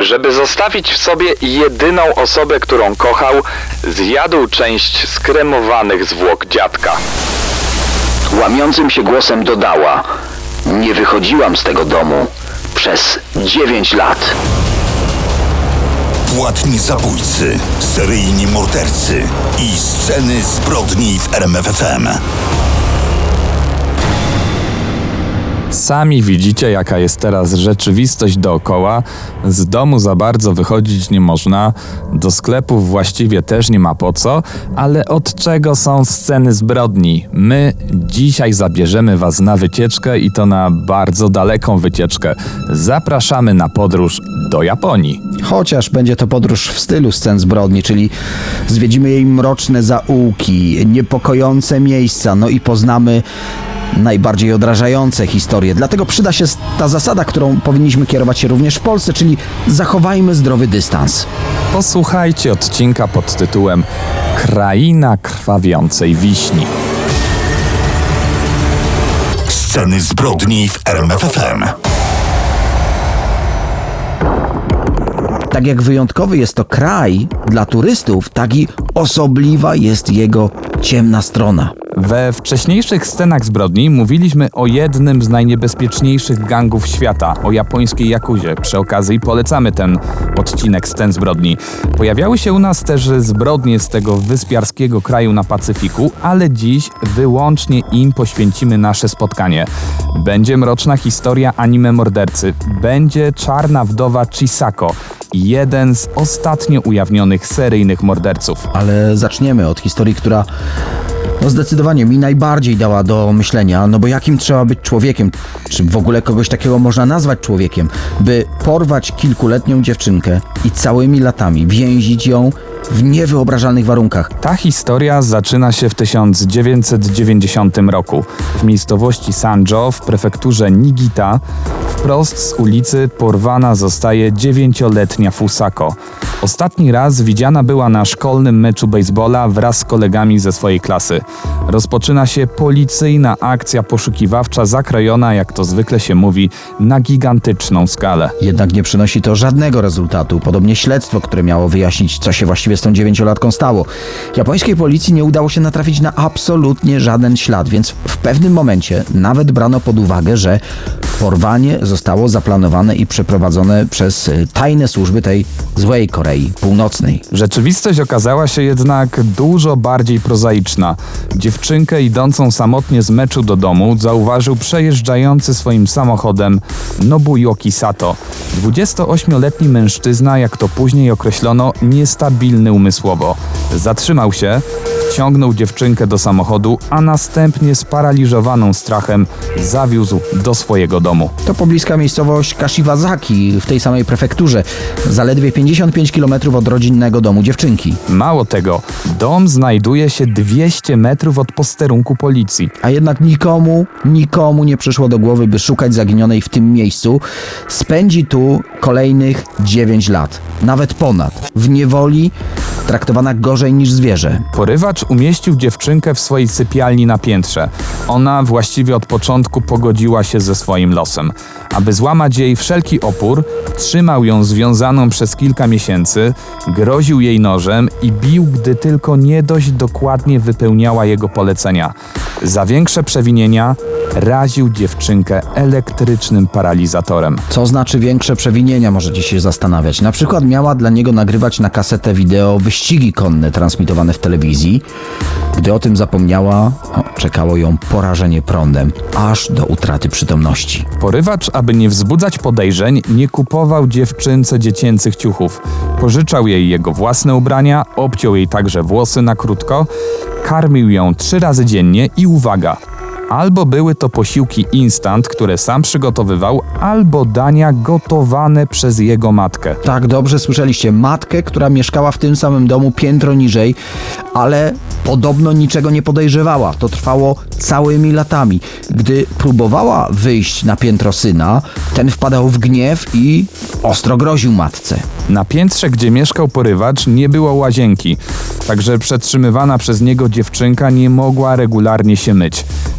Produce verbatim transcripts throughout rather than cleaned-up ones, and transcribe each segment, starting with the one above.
Żeby zostawić w sobie jedyną osobę, którą kochał, zjadł część skremowanych zwłok dziadka. Łamiącym się głosem dodała: nie wychodziłam z tego domu przez dziewięć lat. Płatni zabójcy, seryjni mordercy i sceny zbrodni w R M F F M. Sami widzicie, jaka jest teraz rzeczywistość dookoła. Z domu za bardzo wychodzić nie można, do sklepów właściwie też nie ma po co, ale od czego są sceny zbrodni? My dzisiaj zabierzemy was na wycieczkę i to na bardzo daleką wycieczkę. Zapraszamy na podróż do Japonii. Chociaż będzie to podróż w stylu scen zbrodni, czyli zwiedzimy jej mroczne zaułki, niepokojące miejsca, no i poznamy najbardziej odrażające historie. Dlatego przyda się ta zasada, którą powinniśmy kierować się również w Polsce, czyli zachowajmy zdrowy dystans. Posłuchajcie odcinka pod tytułem Kraina krwawiącej wiśni. Sceny zbrodni w R M F F M. Tak jak wyjątkowy jest to kraj dla turystów, tak i osobliwa jest jego ciemna strona. We wcześniejszych scenach zbrodni mówiliśmy o jednym z najniebezpieczniejszych gangów świata, o japońskiej Jakuzie. Przy okazji polecamy ten odcinek scen zbrodni. Pojawiały się u nas też zbrodnie z tego wyspiarskiego kraju na Pacyfiku, ale dziś wyłącznie im poświęcimy nasze spotkanie. Będzie mroczna historia anime mordercy, będzie czarna wdowa Chisako, jeden z ostatnio ujawnionych seryjnych morderców. Ale zaczniemy od historii, która no zdecydowanie mi najbardziej dała do myślenia, no bo jakim trzeba być człowiekiem, czy w ogóle kogoś takiego można nazwać człowiekiem, by porwać kilkuletnią dziewczynkę i całymi latami więzić ją w niewyobrażalnych warunkach. Ta historia zaczyna się w tysiąc dziewięćset dziewięćdziesiątym roku. W miejscowości Sanjo w prefekturze Niigita wprost z ulicy porwana zostaje dziewięcioletnia Fusako. Ostatni raz widziana była na szkolnym meczu bejsbola wraz z kolegami ze swojej klasy. Rozpoczyna się policyjna akcja poszukiwawcza zakrojona, jak to zwykle się mówi, na gigantyczną skalę. Jednak nie przynosi to żadnego rezultatu. Podobnie śledztwo, które miało wyjaśnić, co się właściwie z tą dziewięciolatką stało. Japońskiej policji nie udało się natrafić na absolutnie żaden ślad, więc w pewnym momencie nawet brano pod uwagę, że porwanie zostało zaplanowane i przeprowadzone przez tajne służby tej złej Korei Północnej. Rzeczywistość okazała się jednak dużo bardziej prozaiczna. Dziewczynkę idącą samotnie z meczu do domu zauważył przejeżdżający swoim samochodem Nobuyuki Sato. dwudziestoośmioletni mężczyzna, jak to później określono, niestabilny umysłowo. Zatrzymał się, wciągnął dziewczynkę do samochodu, a następnie sparaliżowaną strachem zawiózł do swojego domu. To pobliska miejscowość Kashiwazaki w tej samej prefekturze, zaledwie pięćdziesiąt pięć kilometrów od rodzinnego domu dziewczynki. Mało tego, dom znajduje się dwieście metrów od posterunku policji. A jednak nikomu, nikomu nie przyszło do głowy, by szukać zaginionej w tym miejscu. Spędzi tu kolejnych dziewięć lat, nawet ponad, w niewoli, traktowana gorzej niż zwierzę. Porywacz umieścił dziewczynkę w swojej sypialni na piętrze. Ona właściwie od początku pogodziła się ze swoim losem. Aby złamać jej wszelki opór, trzymał ją związaną przez kilka miesięcy, groził jej nożem i bił, gdy tylko nie dość dokładnie wypełniała jego polecenia. Za większe przewinienia raził dziewczynkę elektrycznym paralizatorem. Co znaczy większe przewinienia, możecie się zastanawiać. Na przykład miała dla niego nagrywać na kasetę wideo wyścigi konne transmitowane w telewizji. Gdy o tym zapomniała, o, czekało ją porażenie prądem, aż do utraty przytomności. Porywacz, aby nie wzbudzać podejrzeń, nie kupował dziewczynce dziecięcych ciuchów. Pożyczał jej jego własne ubrania, obciął jej także włosy na krótko, karmił ją trzy razy dziennie i uwaga, albo były to posiłki instant, które sam przygotowywał, albo dania gotowane przez jego matkę. Tak, dobrze słyszeliście. Matkę, która mieszkała w tym samym domu piętro niżej, ale podobno niczego nie podejrzewała. To trwało całymi latami. Gdy próbowała wyjść na piętro syna, ten wpadał w gniew i ostro groził matce. Na piętrze, gdzie mieszkał porywacz, nie było łazienki, także przetrzymywana przez niego dziewczynka nie mogła regularnie się myć.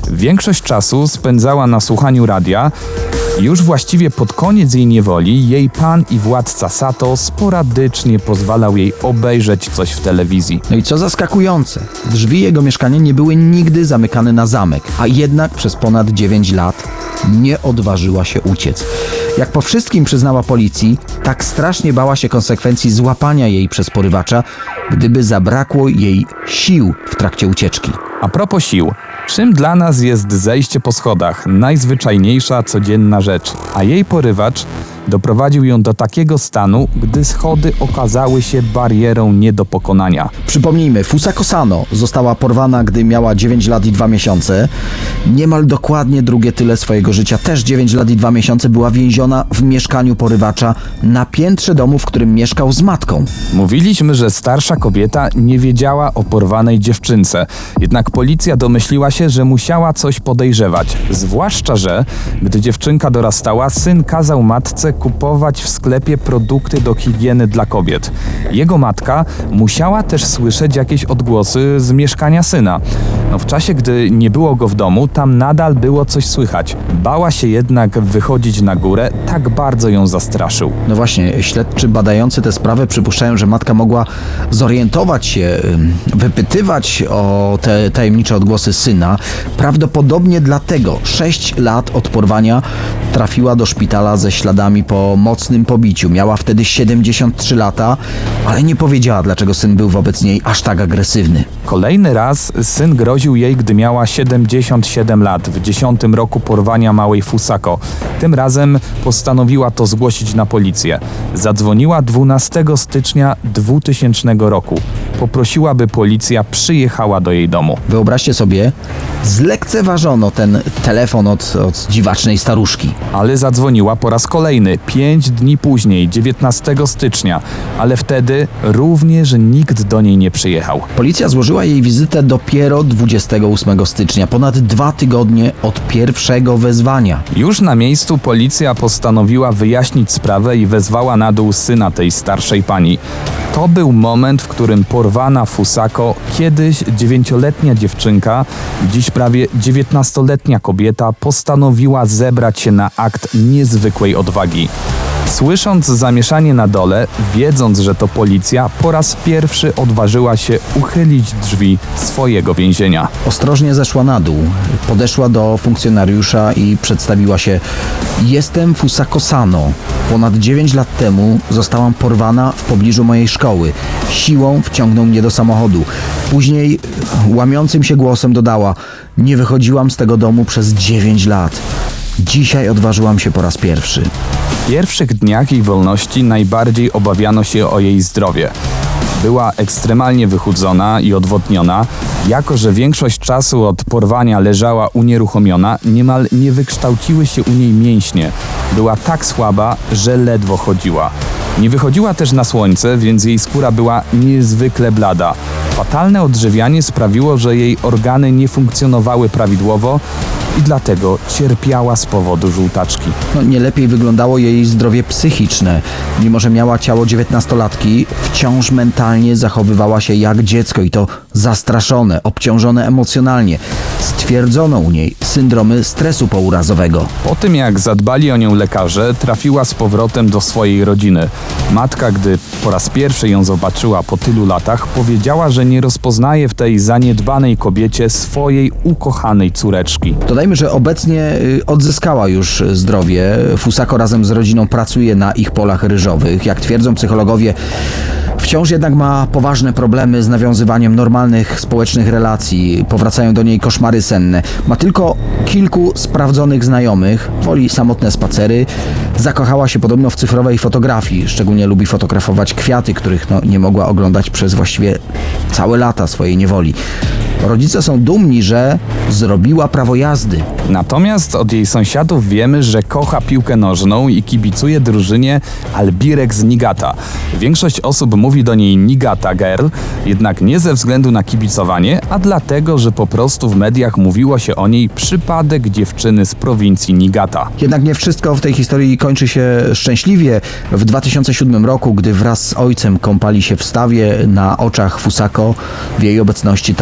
Większość czasu spędzała na słuchaniu radia. Już właściwie pod koniec jej niewoli jej pan i władca Sato sporadycznie pozwalał jej obejrzeć coś w telewizji. No i co zaskakujące, drzwi jego mieszkania nie były nigdy zamykane na zamek, a jednak przez ponad dziewięć lat nie odważyła się uciec. Jak po wszystkim przyznała policji, tak strasznie bała się konsekwencji złapania jej przez porywacza, gdyby zabrakło jej sił w trakcie ucieczki. A propos sił, czym dla nas jest zejście po schodach? Najzwyczajniejsza, codzienna rzecz. A jej porywacz doprowadził ją do takiego stanu, gdy schody okazały się barierą nie do pokonania. Przypomnijmy, Fusako Sano została porwana, gdy miała dziewięć lat i dwa miesiące. Niemal dokładnie drugie tyle swojego życia, też dziewięć lat i dwa miesiące, była więziona w mieszkaniu porywacza na piętrze domu, w którym mieszkał z matką. Mówiliśmy, że starsza kobieta nie wiedziała o porwanej dziewczynce. Jednak policja domyśliła się, że musiała coś podejrzewać. Zwłaszcza, że gdy dziewczynka dorastała, syn kazał matce kupować w sklepie produkty do higieny dla kobiet. Jego matka musiała też słyszeć jakieś odgłosy z mieszkania syna. No, w czasie, gdy nie było go w domu, tam nadal było coś słychać. Bała się jednak wychodzić na górę, tak bardzo ją zastraszył. No właśnie, śledczy badający tę sprawę przypuszczają, że matka mogła zorientować się, wypytywać o te tajemnicze odgłosy syna. Prawdopodobnie dlatego sześć lat od porwania trafiła do szpitala ze śladami po mocnym pobiciu. Miała wtedy siedemdziesiąt trzy lata, ale nie powiedziała, dlaczego syn był wobec niej aż tak agresywny. Kolejny raz syn groził jej, gdy miała siedemdziesiąt siedem lat, w dziesiątym roku porwania małej Fusako. Tym razem postanowiła to zgłosić na policję. Zadzwoniła dwunastego stycznia dwutysięcznego roku. Poprosiła, by policja przyjechała do jej domu. Wyobraźcie sobie, zlekceważono ten telefon od, od dziwacznej staruszki. Ale zadzwoniła po raz kolejny, pięć dni później, dziewiętnastego stycznia, ale wtedy również nikt do niej nie przyjechał. Policja złożyła jej wizytę dopiero dwudziestego ósmego stycznia, ponad dwa tygodnie od pierwszego wezwania. Już na miejscu policja postanowiła wyjaśnić sprawę i wezwała na dół syna tej starszej pani. To był moment, w którym porwana Fusako, kiedyś dziewięcioletnia dziewczynka, dziś prawie dziewiętnastoletnia kobieta, postanowiła zebrać się na akt niezwykłej odwagi. Słysząc zamieszanie na dole, wiedząc, że to policja, po raz pierwszy odważyła się uchylić drzwi swojego więzienia. Ostrożnie zeszła na dół, podeszła do funkcjonariusza i przedstawiła się: jestem Fusako Sano. Ponad dziewięć lat temu zostałam porwana w pobliżu mojej szkoły. Siłą wciągnął mnie do samochodu. Później łamiącym się głosem dodała: nie wychodziłam z tego domu przez dziewięć lat. Dzisiaj odważyłam się po raz pierwszy. W pierwszych dniach jej wolności najbardziej obawiano się o jej zdrowie. Była ekstremalnie wychudzona i odwodniona. Jako że większość czasu od porwania leżała unieruchomiona, niemal nie wykształciły się u niej mięśnie. Była tak słaba, że ledwo chodziła. Nie wychodziła też na słońce, więc jej skóra była niezwykle blada. Fatalne odżywianie sprawiło, że jej organy nie funkcjonowały prawidłowo i dlatego cierpiała z powodu żółtaczki. No, nie lepiej wyglądało jej zdrowie psychiczne. Mimo że miała ciało dziewiętnastolatki, wciąż mentalnie zachowywała się jak dziecko i to zastraszone, obciążone emocjonalnie. Stwierdzono u niej syndromy stresu pourazowego. Po tym jak zadbali o nią lekarze, trafiła z powrotem do swojej rodziny. Matka, gdy po raz pierwszy ją zobaczyła po tylu latach, powiedziała, że nie rozpoznaje w tej zaniedbanej kobiecie swojej ukochanej córeczki. Dodajmy, że obecnie odzyskała już zdrowie. Fusako razem z rodziną pracuje na ich polach ryżowych. Jak twierdzą psychologowie, wciąż jednak ma poważne problemy z nawiązywaniem normalnych społecznych relacji. Powracają do niej koszmary senne. Ma tylko kilku sprawdzonych znajomych. Woli samotne spacery. Zakochała się podobno w cyfrowej fotografii. Szczególnie lubi fotografować kwiaty, których no, nie mogła oglądać przez właściwie całe lata swojej niewoli. Rodzice są dumni, że zrobiła prawo jazdy. Natomiast od jej sąsiadów wiemy, że kocha piłkę nożną i kibicuje drużynie Albirex Niigata. Większość osób mówi do niej Niigata Girl, jednak nie ze względu na kibicowanie, a dlatego, że po prostu w mediach mówiło się o niej przypadek dziewczyny z prowincji Niigata. Jednak nie wszystko w tej historii kończy się szczęśliwie. W dwa tysiące siódmym roku, gdy wraz z ojcem kąpali się w stawie na oczach Fusako, w jej obecności tata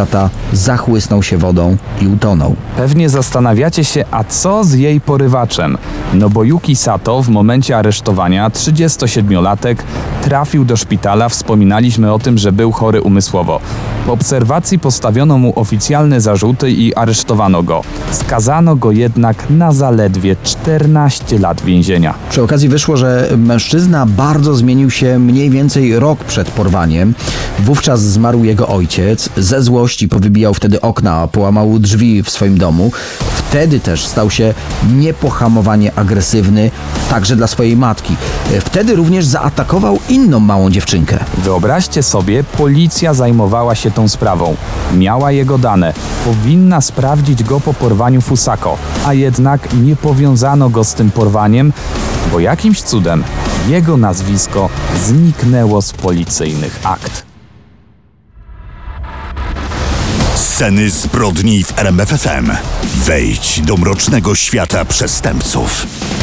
zachłysnął się wodą i utonął. Pewnie zastanawiacie się, a co z jej porywaczem? Nobuyuki Sato w momencie aresztowania, trzydziestosiedmiolatek, trafił do szpitala. Wspominaliśmy o tym, że był chory umysłowo. Po obserwacji postawiono mu oficjalne zarzuty i aresztowano go. Skazano go jednak na zaledwie czternaście lat więzienia. Przy okazji wyszło, że mężczyzna bardzo zmienił się mniej więcej rok przed porwaniem. Wówczas zmarł jego ojciec. Ze złości powybijał wtedy okna, połamał drzwi w swoim domu. Wtedy też stał się niepohamowanie agresywny, także dla swojej matki. Wtedy również zaatakował inną małą dziewczynkę. Wyobraźcie sobie, policja zajmowała się tą sprawą. Miała jego dane. Powinna sprawdzić go po porwaniu Fusako, a jednak nie powiązano go z tym porwaniem, bo jakimś cudem jego nazwisko zniknęło z policyjnych akt. Sceny zbrodni w R M F F M. Wejdź do mrocznego świata przestępców.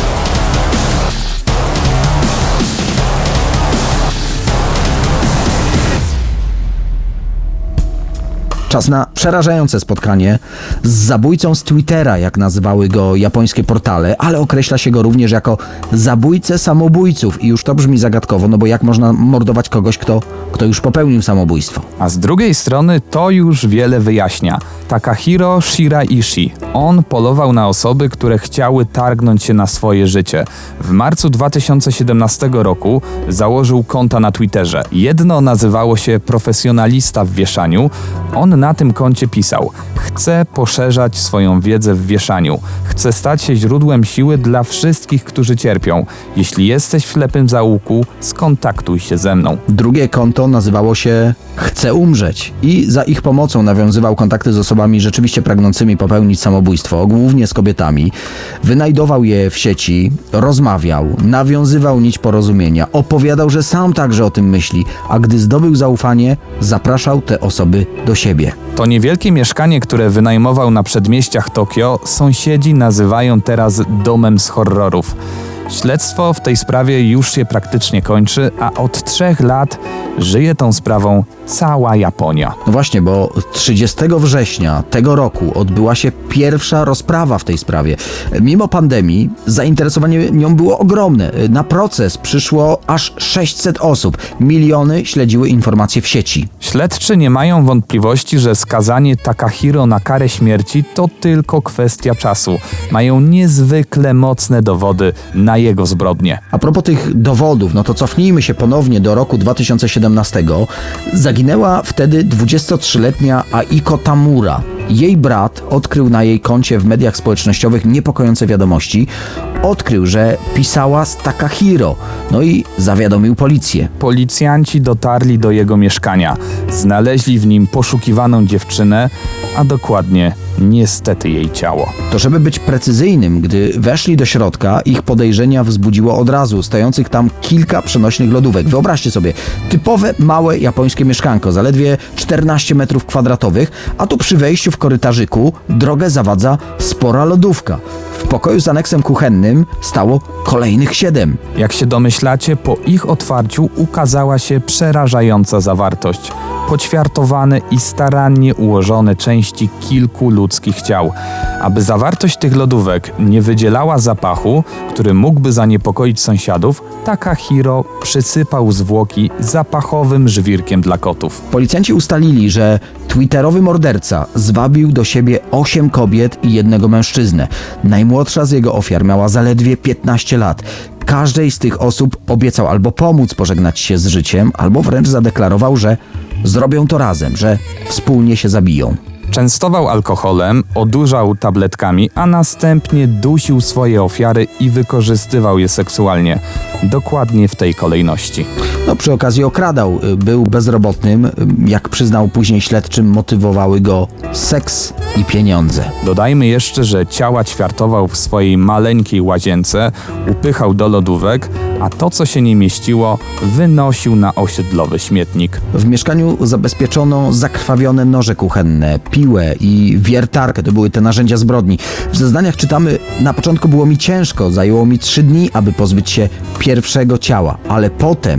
Czas na przerażające spotkanie z zabójcą z Twittera, jak nazywały go japońskie portale, ale określa się go również jako zabójcę samobójców. I już to brzmi zagadkowo, no bo jak można mordować kogoś, kto, kto już popełnił samobójstwo? A z drugiej strony to już wiele wyjaśnia. Takahiro Shiraishi. On polował na osoby, które chciały targnąć się na swoje życie. W marcu dwa tysiące siedemnastego roku założył konta na Twitterze. Jedno nazywało się Profesjonalista w wieszaniu. On na tym koncie pisał: chcę poszerzać swoją wiedzę w wieszaniu. Chcę stać się źródłem siły dla wszystkich, którzy cierpią. Jeśli jesteś w ślepym zaułku, skontaktuj się ze mną. Drugie konto nazywało się Chcę umrzeć i za ich pomocą nawiązywał kontakty z osobami rzeczywiście pragnącymi popełnić samobójstwo, głównie z kobietami. Wynajdował je w sieci, rozmawiał, nawiązywał nić porozumienia, opowiadał, że sam także o tym myśli, a gdy zdobył zaufanie, zapraszał te osoby do siebie. To niewielkie mieszkanie, które wynajmował na przedmieściach Tokio, sąsiedzi nazywają teraz domem z horrorów. Śledztwo w tej sprawie już się praktycznie kończy, a od trzech lat żyje tą sprawą cała Japonia. No właśnie, bo trzydziestego września tego roku odbyła się pierwsza rozprawa w tej sprawie. Mimo pandemii zainteresowanie nią było ogromne. Na proces przyszło aż sześćset osób. Miliony śledziły informacje w sieci. Śledczy nie mają wątpliwości, że skazanie Takahiro na karę śmierci to tylko kwestia czasu. Mają niezwykle mocne dowody na jego zbrodnie. A propos tych dowodów, no to cofnijmy się ponownie do roku dwa tysiące siedemnastego. Zaginęła wtedy dwudziestotrzyletnia Aiko Tamura. Jej brat odkrył na jej koncie w mediach społecznościowych niepokojące wiadomości. Odkrył, że pisała z Takahiro, no i zawiadomił policję. Policjanci dotarli do jego mieszkania. Znaleźli w nim poszukiwaną dziewczynę, a dokładnie niestety jej ciało. To żeby być precyzyjnym, gdy weszli do środka, ich podejrzenia wzbudziło od razu stojących tam kilka przenośnych lodówek. Wyobraźcie sobie, typowe małe japońskie mieszkanko, zaledwie czternaście metrów kwadratowych, a tu przy wejściu w korytarzyku drogę zawadza spora lodówka. W pokoju z aneksem kuchennym stało kolejnych siedem. Jak się domyślacie, po ich otwarciu ukazała się przerażająca zawartość. Poćwiartowane i starannie ułożone części kilku ludzkich ciał. Aby zawartość tych lodówek nie wydzielała zapachu, który mógłby zaniepokoić sąsiadów, Takahiro przysypał zwłoki zapachowym żwirkiem dla kotów. Policjanci ustalili, że twitterowy morderca zwabił do siebie osiem kobiet i jednego mężczyznę. Najmłodsza z jego ofiar miała zaledwie piętnaście lat. Każdej z tych osób obiecał albo pomóc pożegnać się z życiem, albo wręcz zadeklarował, że zrobią to razem, że wspólnie się zabiją. Częstował alkoholem, odurzał tabletkami, a następnie dusił swoje ofiary i wykorzystywał je seksualnie. Dokładnie w tej kolejności. No, przy okazji okradał. Był bezrobotnym. Jak przyznał później śledczym, motywowały go seks i pieniądze. Dodajmy jeszcze, że ciała ćwiartował w swojej maleńkiej łazience, upychał do lodówek, a to, co się nie mieściło, wynosił na osiedlowy śmietnik. W mieszkaniu zabezpieczono zakrwawione noże kuchenne, piłę i wiertarkę. To były te narzędzia zbrodni. W zeznaniach czytamy: na początku było mi ciężko, zajęło mi trzy dni, aby pozbyć się pierwszego ciała, ale potem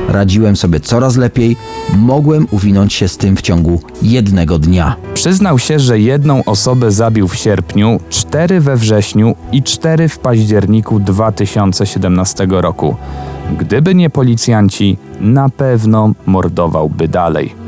radziłem sobie coraz lepiej, mogłem uwinąć się z tym w ciągu jednego dnia. Przyznał się, że jedną osobę zabił w sierpniu, cztery we wrześniu i cztery w październiku dwa tysiące siedemnastego roku. Gdyby nie policjanci, na pewno mordowałby dalej.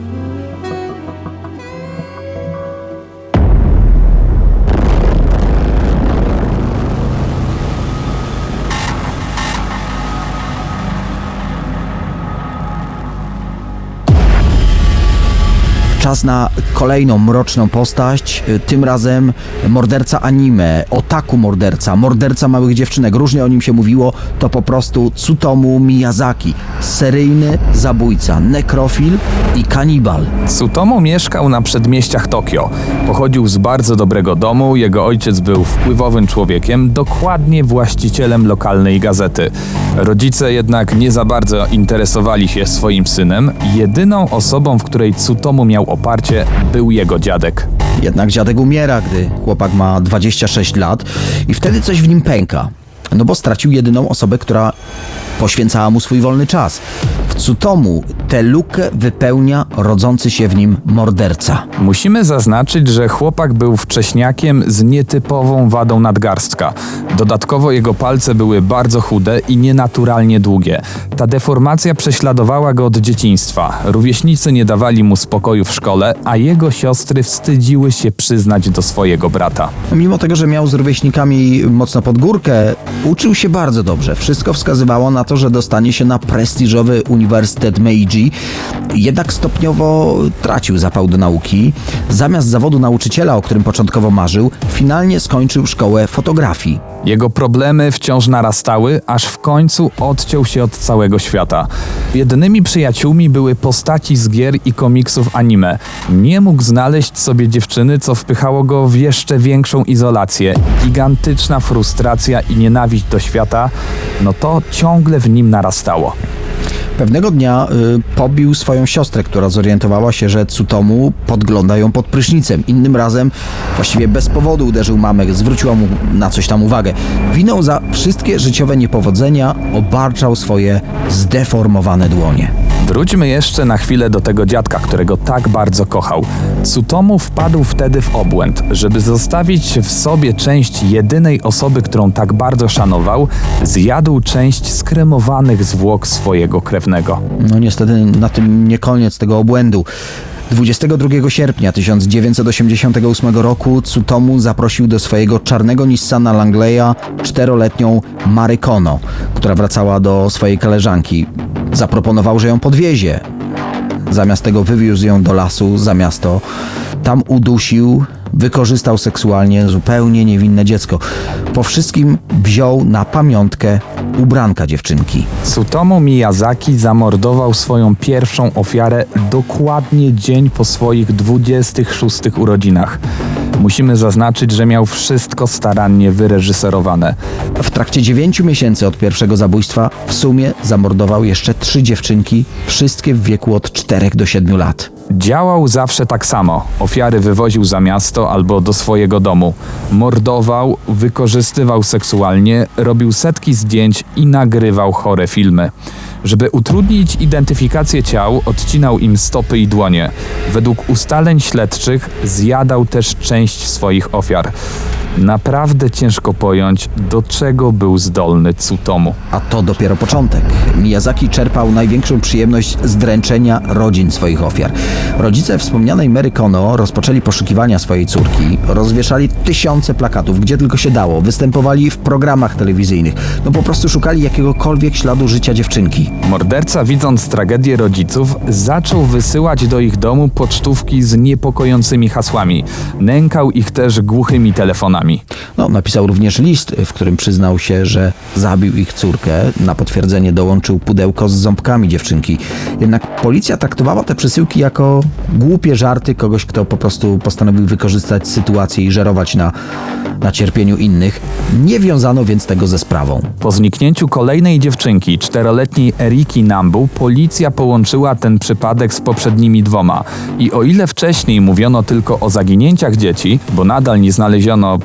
Czas na kolejną mroczną postać, tym razem morderca anime, otaku morderca, morderca małych dziewczynek, różnie o nim się mówiło, to po prostu Tsutomu Miyazaki, seryjny zabójca, nekrofil i kanibal. Tsutomu mieszkał na przedmieściach Tokio. Pochodził z bardzo dobrego domu, jego ojciec był wpływowym człowiekiem, dokładnie właścicielem lokalnej gazety. Rodzice jednak nie za bardzo interesowali się swoim synem. Jedyną osobą, w której Tsutomu miał oparcie, był jego dziadek. Jednak dziadek umiera, gdy chłopak ma dwadzieścia sześć lat i wtedy coś w nim pęka. No bo stracił jedyną osobę, która poświęcała mu swój wolny czas. W Tsutomu tę lukę wypełnia rodzący się w nim morderca. Musimy zaznaczyć, że chłopak był wcześniakiem z nietypową wadą nadgarstka. Dodatkowo jego palce były bardzo chude i nienaturalnie długie. Ta deformacja prześladowała go od dzieciństwa. Rówieśnicy nie dawali mu spokoju w szkole, a jego siostry wstydziły się przyznać do swojego brata. Mimo tego, że miał z rówieśnikami mocno pod górkę, uczył się bardzo dobrze. Wszystko wskazywało na to, że dostanie się na prestiżowy Uniwersytet Meiji. Jednak stopniowo tracił zapał do nauki. Zamiast zawodu nauczyciela, o którym początkowo marzył, finalnie skończył szkołę fotografii. Jego problemy wciąż narastały, aż w końcu odciął się od całego świata. Jedynymi przyjaciółmi były postaci z gier i komiksów anime. Nie mógł znaleźć sobie dziewczyny, co wpychało go w jeszcze większą izolację. Gigantyczna frustracja i nienawiść do świata, no to ciągle w nim narastało. Pewnego dnia y, pobił swoją siostrę, która zorientowała się, że Tsutomu podgląda ją pod prysznicem. Innym razem właściwie bez powodu uderzył mamę, zwróciła mu na coś tam uwagę. Winą za wszystkie życiowe niepowodzenia obarczał swoje zdeformowane dłonie. Wróćmy jeszcze na chwilę do tego dziadka, którego tak bardzo kochał. Tsutomu wpadł wtedy w obłęd. Żeby zostawić w sobie część jedynej osoby, którą tak bardzo szanował, zjadł część skremowanych zwłok swojego krewnego. No niestety na tym nie koniec tego obłędu. dwudziestego drugiego sierpnia tysiąc dziewięćset osiemdziesiątego ósmego roku Tsutomu zaprosił do swojego czarnego Nissana Langleya czteroletnią Mary Kono, która wracała do swojej koleżanki. Zaproponował, że ją podwiezie. Zamiast tego wywiózł ją do lasu za miasto. Tam udusił, wykorzystał seksualnie zupełnie niewinne dziecko. Po wszystkim wziął na pamiątkę ubranka dziewczynki. Tsutomu Miyazaki zamordował swoją pierwszą ofiarę dokładnie dzień po swoich dwudziestych szóstych urodzinach. Musimy zaznaczyć, że miał wszystko starannie wyreżyserowane. W trakcie dziewięciu miesięcy od pierwszego zabójstwa w sumie zamordował jeszcze trzy dziewczynki, wszystkie w wieku od czterech do siedmiu lat. Działał zawsze tak samo. Ofiary wywoził za miasto albo do swojego domu. Mordował, wykorzystywał seksualnie, robił setki zdjęć i nagrywał chore filmy. Żeby utrudnić identyfikację ciał, odcinał im stopy i dłonie. Według ustaleń śledczych zjadał też część swoich ofiar. Naprawdę ciężko pojąć, do czego był zdolny Tsutomu. A to dopiero początek. Miyazaki czerpał największą przyjemność z dręczenia rodzin swoich ofiar. Rodzice wspomnianej Mary Kono rozpoczęli poszukiwania swojej córki. Rozwieszali tysiące plakatów, gdzie tylko się dało. Występowali w programach telewizyjnych. No po prostu szukali jakiegokolwiek śladu życia dziewczynki. Morderca, widząc tragedię rodziców, zaczął wysyłać do ich domu pocztówki z niepokojącymi hasłami. Nękał ich też głuchymi telefonami. No, napisał również list, w którym przyznał się, że zabił ich córkę. Na potwierdzenie dołączył pudełko z ząbkami dziewczynki. Jednak policja traktowała te przesyłki jako głupie żarty kogoś, kto po prostu postanowił wykorzystać sytuację i żerować na, na cierpieniu innych. Nie wiązano więc tego ze sprawą. Po zniknięciu kolejnej dziewczynki, czteroletniej Eriki Nambu, policja połączyła ten przypadek z poprzednimi dwoma. I o ile wcześniej mówiono tylko o zaginięciach dzieci, bo nadal nie znaleziono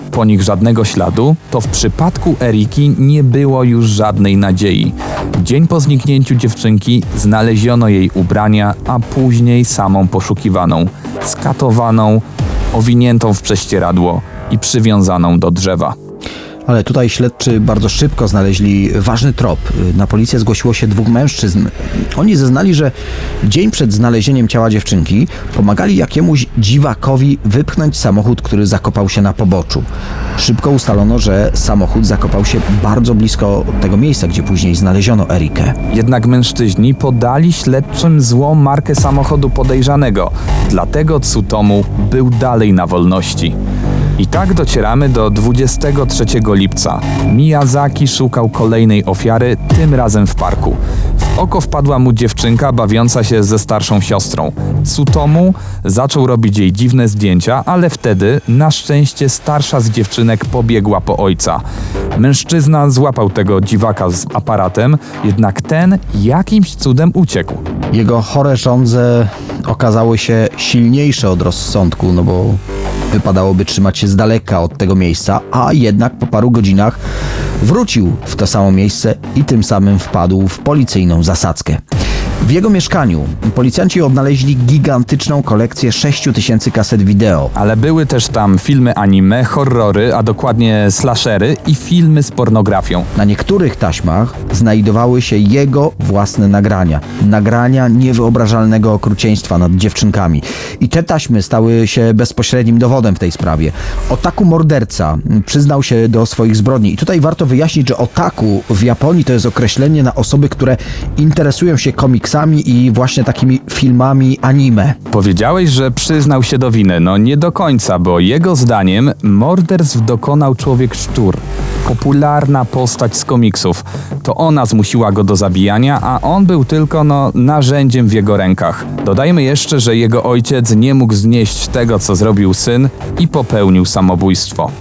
po nich żadnego śladu, to w przypadku Eriki nie było już żadnej nadziei. Dzień po zniknięciu dziewczynki znaleziono jej ubrania, a później samą poszukiwaną, skatowaną, owiniętą w prześcieradło i przywiązaną do drzewa. Ale tutaj śledczy bardzo szybko znaleźli ważny trop. Na policję zgłosiło się dwóch mężczyzn. Oni zeznali, że dzień przed znalezieniem ciała dziewczynki pomagali jakiemuś dziwakowi wypchnąć samochód, który zakopał się na poboczu. Szybko ustalono, że samochód zakopał się bardzo blisko tego miejsca, gdzie później znaleziono Erikę. Jednak mężczyźni podali śledczym złą markę samochodu podejrzanego, dlatego Tsutomu był dalej na wolności. I tak docieramy do dwudziestego trzeciego lipca. Miyazaki szukał kolejnej ofiary, tym razem w parku. W oko wpadła mu dziewczynka bawiąca się ze starszą siostrą. Tsutomu zaczął robić jej dziwne zdjęcia, ale wtedy na szczęście starsza z dziewczynek pobiegła po ojca. Mężczyzna złapał tego dziwaka z aparatem, jednak ten jakimś cudem uciekł. Jego chore żądze okazały się silniejsze od rozsądku, no bo wypadałoby trzymać się z daleka od tego miejsca, a jednak po paru godzinach wrócił w to samo miejsce i tym samym wpadł w policyjną zasadzkę. W jego mieszkaniu policjanci odnaleźli gigantyczną kolekcję sześciu tysięcy kaset wideo. Ale były też tam filmy anime, horrory, a dokładnie slashery i filmy z pornografią. Na niektórych taśmach znajdowały się jego własne nagrania. Nagrania niewyobrażalnego okrucieństwa nad dziewczynkami. I te taśmy stały się bezpośrednim dowodem w tej sprawie. Otaku morderca przyznał się do swoich zbrodni. I tutaj warto wyjaśnić, że otaku w Japonii to jest określenie na osoby, które interesują się komiksami i właśnie takimi filmami anime. Powiedziałeś, że przyznał się do winy. No nie do końca, bo jego zdaniem morderstw dokonał człowiek szczur. Popularna postać z komiksów. To ona zmusiła go do zabijania, a on był tylko no, narzędziem w jego rękach. Dodajmy jeszcze, że jego ojciec nie mógł znieść tego, co zrobił syn i popełnił samobójstwo.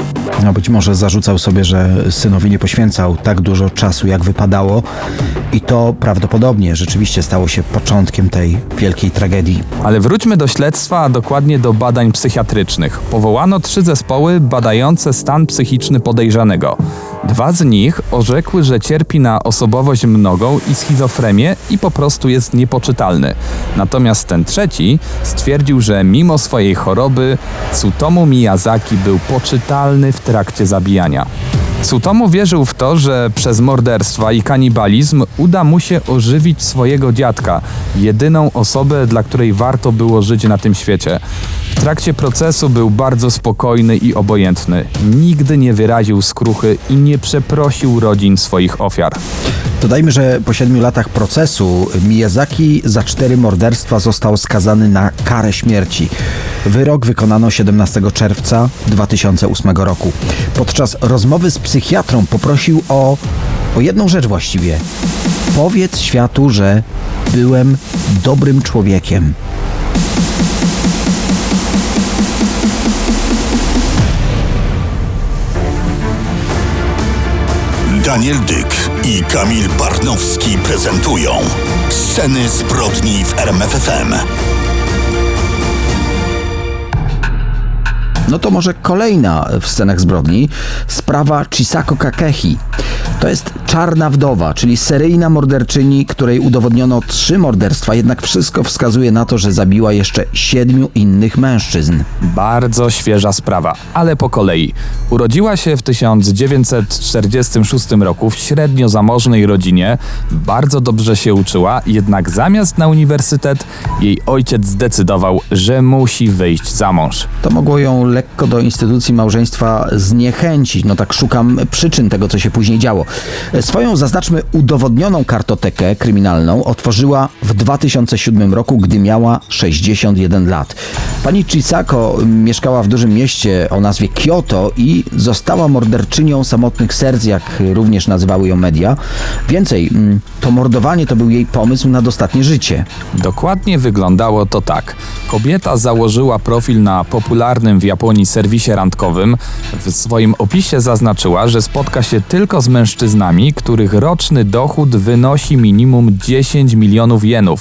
No być może zarzucał sobie, że synowi nie poświęcał tak dużo czasu, jak wypadało i to prawdopodobnie rzeczywiście stało się początkiem tej wielkiej tragedii. Ale wróćmy do śledztwa, a dokładnie do badań psychiatrycznych. Powołano trzy zespoły badające stan psychiczny podejrzanego. Dwa z nich orzekły, że cierpi na osobowość mnogą i schizofrenię i po prostu jest niepoczytalny. Natomiast ten trzeci stwierdził, że mimo swojej choroby Tsutomu Miyazaki był poczytalny w trakcie zabijania. Tsutomu wierzył w to, że przez morderstwa i kanibalizm uda mu się ożywić swojego dziadka, jedyną osobę, dla której warto było żyć na tym świecie. W trakcie procesu był bardzo spokojny i obojętny. Nigdy nie wyraził skruchy i nie przeprosił rodzin swoich ofiar. Dodajmy, że po siedmiu latach procesu Miyazaki za cztery morderstwa został skazany na karę śmierci. Wyrok wykonano siedemnastego czerwca dwa tysiące ósmego roku. Podczas rozmowy z psychiatrą poprosił o, o jedną rzecz właściwie. Powiedz światu, że byłem dobrym człowiekiem. Daniel Dyk i Kamil Barnowski prezentują Sceny zbrodni w R M F F M. No to może kolejna w scenach zbrodni, sprawa Chisako Kakehi. To jest czarna wdowa, czyli seryjna morderczyni, której udowodniono trzy morderstwa, jednak wszystko wskazuje na to, że zabiła jeszcze siedmiu innych mężczyzn. Bardzo świeża sprawa, ale po kolei. Urodziła się w tysiąc dziewięćset czterdziestym szóstym roku w średnio zamożnej rodzinie, bardzo dobrze się uczyła, jednak zamiast na uniwersytet jej ojciec zdecydował, że musi wyjść za mąż. To mogło ją lekko do instytucji małżeństwa zniechęcić. No tak szukam przyczyn tego, co się później działo. Swoją, zaznaczmy, udowodnioną kartotekę kryminalną otworzyła w dwa tysiące siódmym roku, gdy miała sześćdziesiąt jeden lat. Pani Chisako mieszkała w dużym mieście o nazwie Kyoto i została morderczynią samotnych serc, jak również nazywały ją media. Więcej, to mordowanie to był jej pomysł na dostatnie życie. Dokładnie wyglądało to tak. Kobieta założyła profil na popularnym w Japonii serwisie randkowym. W swoim opisie zaznaczyła, że spotka się tylko z mężczyznami, których roczny dochód wynosi minimum dziesięć milionów jenów.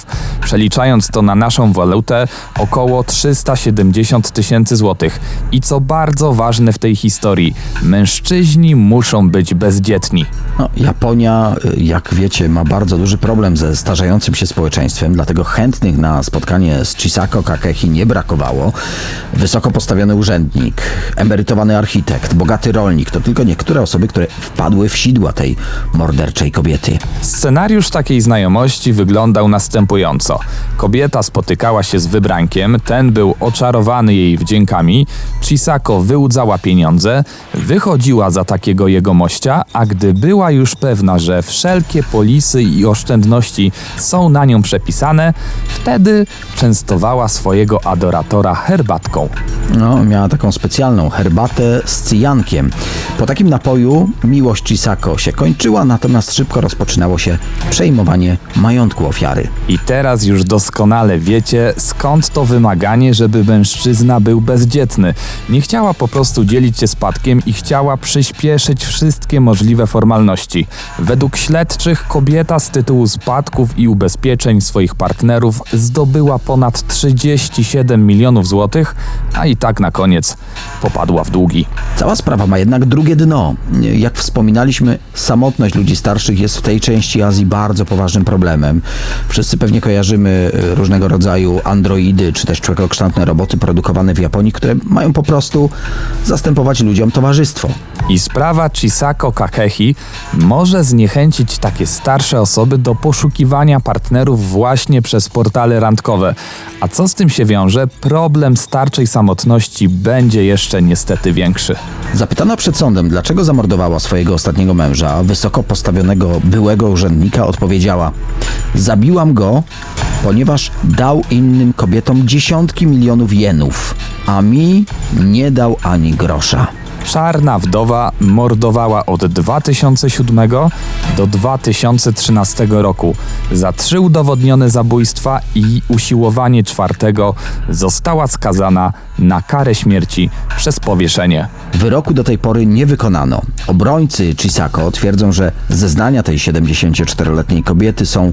Przeliczając to na naszą walutę, około trzysta siedemdziesiąt tysięcy złotych. I co bardzo ważne w tej historii, mężczyźni muszą być bezdzietni. No, Japonia, jak wiecie, ma bardzo duży problem ze starzejącym się społeczeństwem, dlatego chętnych na spotkanie z Chisako Kakehi nie brakowało. Wysoko postawiony urzędnik, emerytowany architekt, bogaty rolnik to tylko niektóre osoby, które wpadły w sidła tej morderczej kobiety. Scenariusz takiej znajomości wyglądał następująco. Kobieta spotykała się z wybrankiem, ten był oczarowany jej wdziękami, Chisako wyłudzała pieniądze, wychodziła za takiego jegomościa, a gdy była już pewna, że wszelkie polisy i oszczędności są na nią przepisane, wtedy częstowała swojego adoratora herbatką. No, miała taką specjalną herbatę z cyjankiem. Po takim napoju miłość Chisako się kończyła, natomiast szybko rozpoczynało się przejmowanie majątku ofiary. I teraz już doskonale wiecie, skąd to wymaganie, żeby mężczyzna był bezdzietny. Nie chciała po prostu dzielić się spadkiem i chciała przyspieszyć wszystkie możliwe formalności. Według śledczych kobieta z tytułu spadków i ubezpieczeń swoich partnerów zdobyła ponad trzydzieści siedem milionów złotych, a i tak na koniec popadła w długi. Cała sprawa ma jednak drugie dno. Jak wspominaliśmy, samotność ludzi starszych jest w tej części Azji bardzo poważnym problemem. Wszyscy pewnie kojarzymy różnego rodzaju androidy, czy też człowiekokształtne roboty produkowane w Japonii, które mają po prostu zastępować ludziom towarzystwo. I sprawa Chisako Kakehi może zniechęcić takie starsze osoby do poszukiwania partnerów właśnie przez portale randkowe. A co z tym się wiąże? Problem starczej samotności będzie jeszcze niestety większy. Zapytana przed sądem, dlaczego zamordowała swojego ostatniego męża, wysoko postawionego byłego urzędnika, odpowiedziała: zabiłam go, ponieważ dał innym kobietom dziesiątki milionów jenów, a mi nie dał ani grosza. Czarna wdowa mordowała od dwa tysiące siódmego do dwa tysiące trzynastego roku. Za trzy udowodnione zabójstwa i usiłowanie czwartego została skazana na karę śmierci przez powieszenie. Wyroku do tej pory nie wykonano. Obrońcy Chisako twierdzą, że zeznania tej siedemdziesięcioczteroletniej kobiety są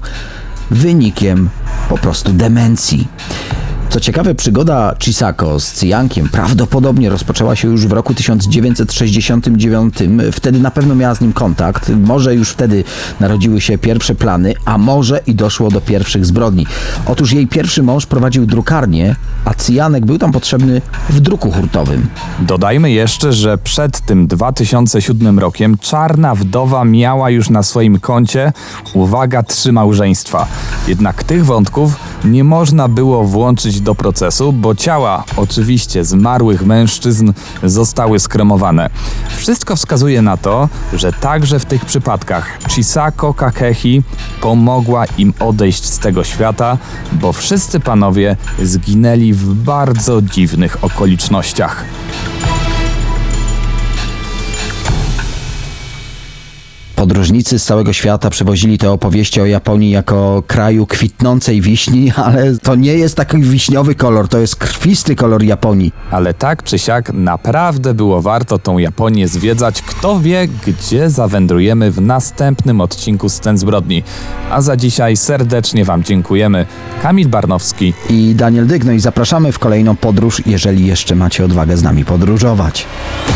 wynikiem po prostu demencji. Co ciekawe, przygoda Chisako z cyjankiem prawdopodobnie rozpoczęła się już w roku tysiąc dziewięćset sześćdziesiątym dziewiątym. Wtedy na pewno miała z nim kontakt. Może już wtedy narodziły się pierwsze plany, a może i doszło do pierwszych zbrodni. Otóż jej pierwszy mąż prowadził drukarnię, a cyjanek był tam potrzebny w druku hurtowym. Dodajmy jeszcze, że przed tym dwa tysiące siódmym rokiem czarna wdowa miała już na swoim koncie, uwaga, trzy małżeństwa. Jednak tych wątków nie można było włączyć do procesu, bo ciała, oczywiście zmarłych mężczyzn, zostały skremowane. Wszystko wskazuje na to, że także w tych przypadkach Chisako Kakehi pomogła im odejść z tego świata, bo wszyscy panowie zginęli w bardzo dziwnych okolicznościach. Podróżnicy z całego świata przewozili te opowieści o Japonii jako kraju kwitnącej wiśni, ale to nie jest taki wiśniowy kolor, to jest krwisty kolor Japonii. Ale tak czy siak naprawdę było warto tą Japonię zwiedzać. Kto wie, gdzie zawędrujemy w następnym odcinku Scen Zbrodni. A za dzisiaj serdecznie wam dziękujemy. Kamil Barnowski I Daniel Dyk, no i zapraszamy w kolejną podróż, jeżeli jeszcze macie odwagę z nami podróżować.